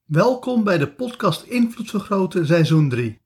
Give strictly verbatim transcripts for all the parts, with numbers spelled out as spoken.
Welkom bij de podcast Invloed Vergroten seizoen drie.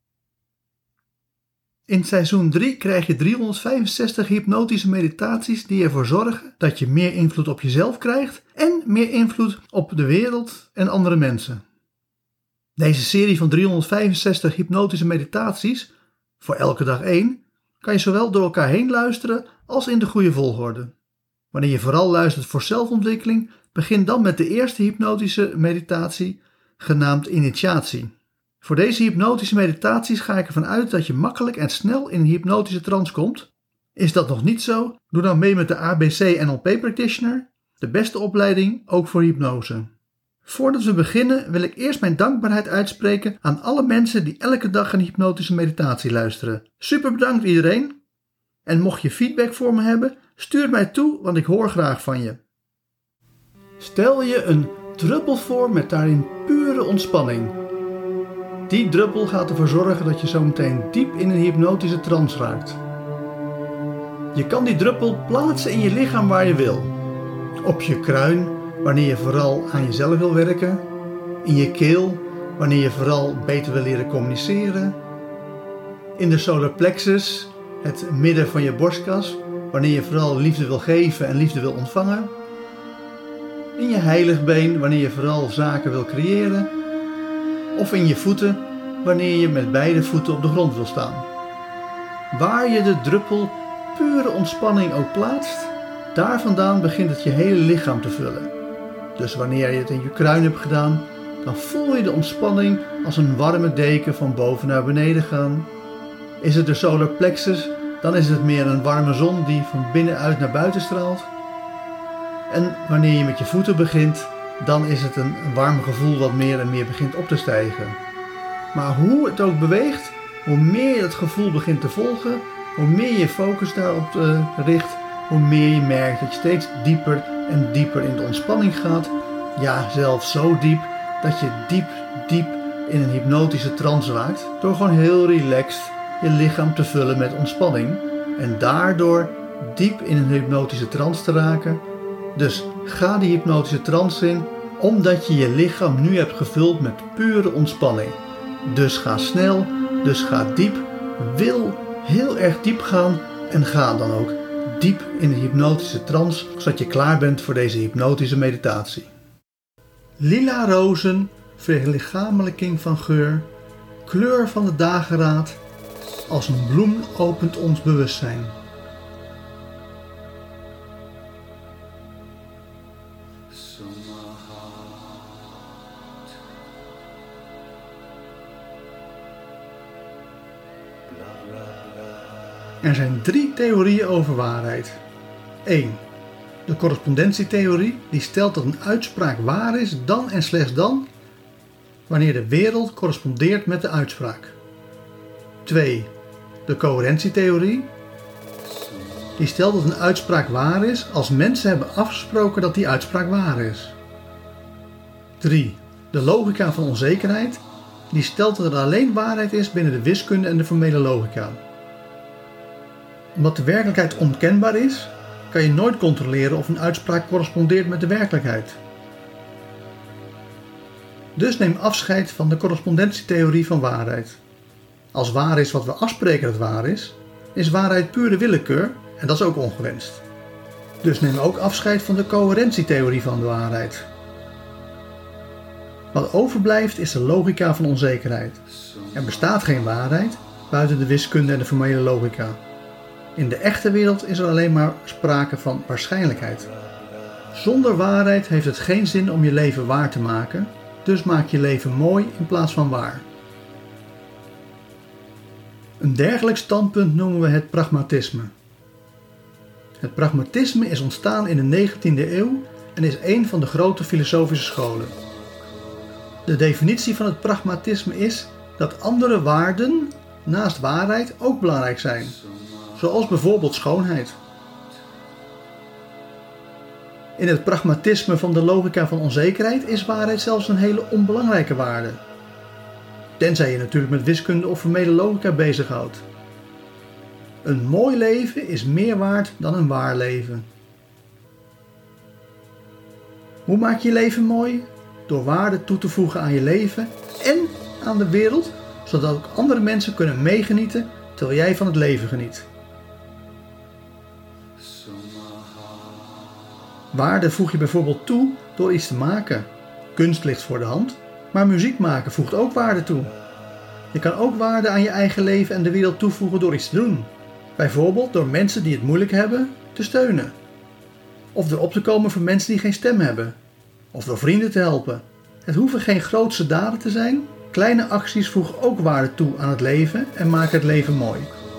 In seizoen drie krijg je driehonderdvijfenzestig hypnotische meditaties die ervoor zorgen dat je meer invloed op jezelf krijgt en meer invloed op de wereld en andere mensen. Deze serie van driehonderdvijfenzestig hypnotische meditaties, voor elke dag één, kan je zowel door elkaar heen luisteren als in de goede volgorde. Wanneer je vooral luistert voor zelfontwikkeling, begin dan met de eerste hypnotische meditatie, genaamd initiatie. Voor deze hypnotische meditaties ga ik ervan uit dat je makkelijk en snel in een hypnotische trance komt. Is dat nog niet zo? Doe dan mee met de A B C N L P Practitioner, de beste opleiding ook voor hypnose. Voordat we beginnen wil ik eerst mijn dankbaarheid uitspreken aan alle mensen die elke dag een hypnotische meditatie luisteren. Super bedankt iedereen! En mocht je feedback voor me hebben, stuur het mij toe, want ik hoor graag van je. Stel je een druppel voor met daarin pure ontspanning. Die druppel gaat ervoor zorgen dat je zo meteen diep in een hypnotische trance raakt. Je kan die druppel plaatsen in je lichaam waar je wil. Op je kruin, wanneer je vooral aan jezelf wil werken. In je keel, wanneer je vooral beter wil leren communiceren. In de solar plexus, het midden van je borstkas, wanneer je vooral liefde wil geven en liefde wil ontvangen. In je heiligbeen, wanneer je vooral zaken wil creëren. Of in je voeten, wanneer je met beide voeten op de grond wil staan. Waar je de druppel pure ontspanning ook plaatst, daar vandaan begint het je hele lichaam te vullen. Dus wanneer je het in je kruin hebt gedaan, dan voel je de ontspanning als een warme deken van boven naar beneden gaan. Is het de solar plexus, dan is het meer een warme zon die van binnenuit naar buiten straalt. En wanneer je met je voeten begint, dan is het een warm gevoel wat meer en meer begint op te stijgen. Maar hoe het ook beweegt, hoe meer je het gevoel begint te volgen, hoe meer je focus daarop uh, richt, hoe meer je merkt dat je steeds dieper en dieper in de ontspanning gaat. Ja, zelfs zo diep dat je diep, diep in een hypnotische trance raakt, door gewoon heel relaxed je lichaam te vullen met ontspanning en daardoor diep in een hypnotische trance te raken. Dus ga die hypnotische trance in, omdat je je lichaam nu hebt gevuld met pure ontspanning. Dus ga snel, dus ga diep, wil heel erg diep gaan en ga dan ook diep in de hypnotische trance, zodat je klaar bent voor deze hypnotische meditatie. Lila rozen, verlichamelijking van geur, kleur van de dageraad, als een bloem opent ons bewustzijn. Er zijn drie theorieën over waarheid. één. De correspondentietheorie, die stelt dat een uitspraak waar is dan en slechts dan wanneer de wereld correspondeert met de uitspraak. twee. De coherentietheorie, die stelt dat een uitspraak waar is als mensen hebben afgesproken dat die uitspraak waar is. drie. De logica van onzekerheid, die stelt dat er alleen waarheid is binnen de wiskunde en de formele logica. Omdat de werkelijkheid onkenbaar is, kan je nooit controleren of een uitspraak correspondeert met de werkelijkheid. Dus neem afscheid van de correspondentietheorie van waarheid. Als waar is wat we afspreken dat waar is, is waarheid pure willekeur en dat is ook ongewenst. Dus neem ook afscheid van de coherentietheorie van de waarheid. Wat overblijft is de logica van onzekerheid. Er bestaat geen waarheid buiten de wiskunde en de formele logica. In de echte wereld is er alleen maar sprake van waarschijnlijkheid. Zonder waarheid heeft het geen zin om je leven waar te maken, dus maak je leven mooi in plaats van waar. Een dergelijk standpunt noemen we het pragmatisme. Het pragmatisme is ontstaan in de negentiende eeuw en is een van de grote filosofische scholen. De definitie van het pragmatisme is dat andere waarden naast waarheid ook belangrijk zijn. Zoals bijvoorbeeld schoonheid. In het pragmatisme van de logica van onzekerheid is waarheid zelfs een hele onbelangrijke waarde. Tenzij je natuurlijk met wiskunde of formele logica bezighoudt. Een mooi leven is meer waard dan een waar leven. Hoe maak je je leven mooi? door waarde toe te voegen aan je leven en aan de wereld, zodat ook andere mensen kunnen meegenieten terwijl jij van het leven geniet. Waarde voeg je bijvoorbeeld toe door iets te maken. Kunst ligt voor de hand, maar muziek maken voegt ook waarde toe. Je kan ook waarde aan je eigen leven en de wereld toevoegen door iets te doen. Bijvoorbeeld door mensen die het moeilijk hebben te steunen. Of door op te komen voor mensen die geen stem hebben. Of door vrienden te helpen. Het hoeven geen grootse daden te zijn. Kleine acties voegen ook waarde toe aan het leven en maken het leven mooi.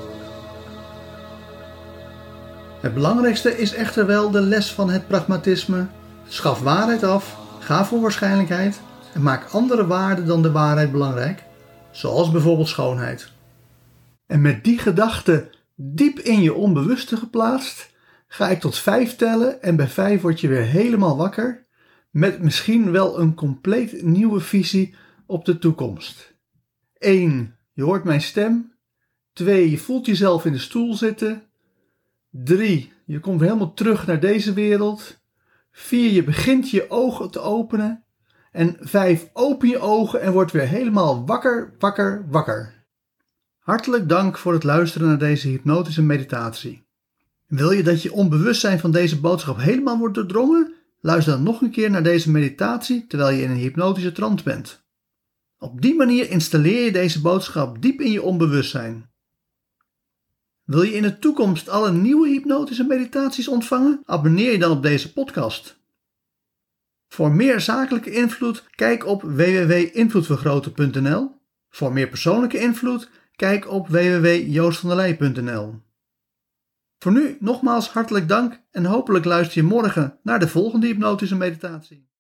Het belangrijkste is echter wel de les van het pragmatisme. Schaf waarheid af, ga voor waarschijnlijkheid en maak andere waarden dan de waarheid belangrijk, zoals bijvoorbeeld schoonheid. En met die gedachte diep in je onbewuste geplaatst, ga ik tot vijf tellen en bij vijf word je weer helemaal wakker, met misschien wel een compleet nieuwe visie op de toekomst. één. Je hoort mijn stem. twee. Je voelt jezelf in de stoel zitten. drie. Je komt weer helemaal terug naar deze wereld. vier. Je begint je ogen te openen. En vijf. Open je ogen en word weer helemaal wakker, wakker, wakker. Hartelijk dank voor het luisteren naar deze hypnotische meditatie. Wil je dat je onbewustzijn van deze boodschap helemaal wordt doordrongen? Luister dan nog een keer naar deze meditatie terwijl je in een hypnotische trance bent. Op die manier installeer je deze boodschap diep in je onbewustzijn. Wil je in de toekomst alle nieuwe hypnotische meditaties ontvangen? Abonneer je dan op deze podcast. Voor meer zakelijke invloed, kijk op w w w punt invloedvergroten punt n l. Voor meer persoonlijke invloed, kijk op w w w punt joost van der leij punt n l. Voor nu nogmaals hartelijk dank en hopelijk luister je morgen naar de volgende hypnotische meditatie.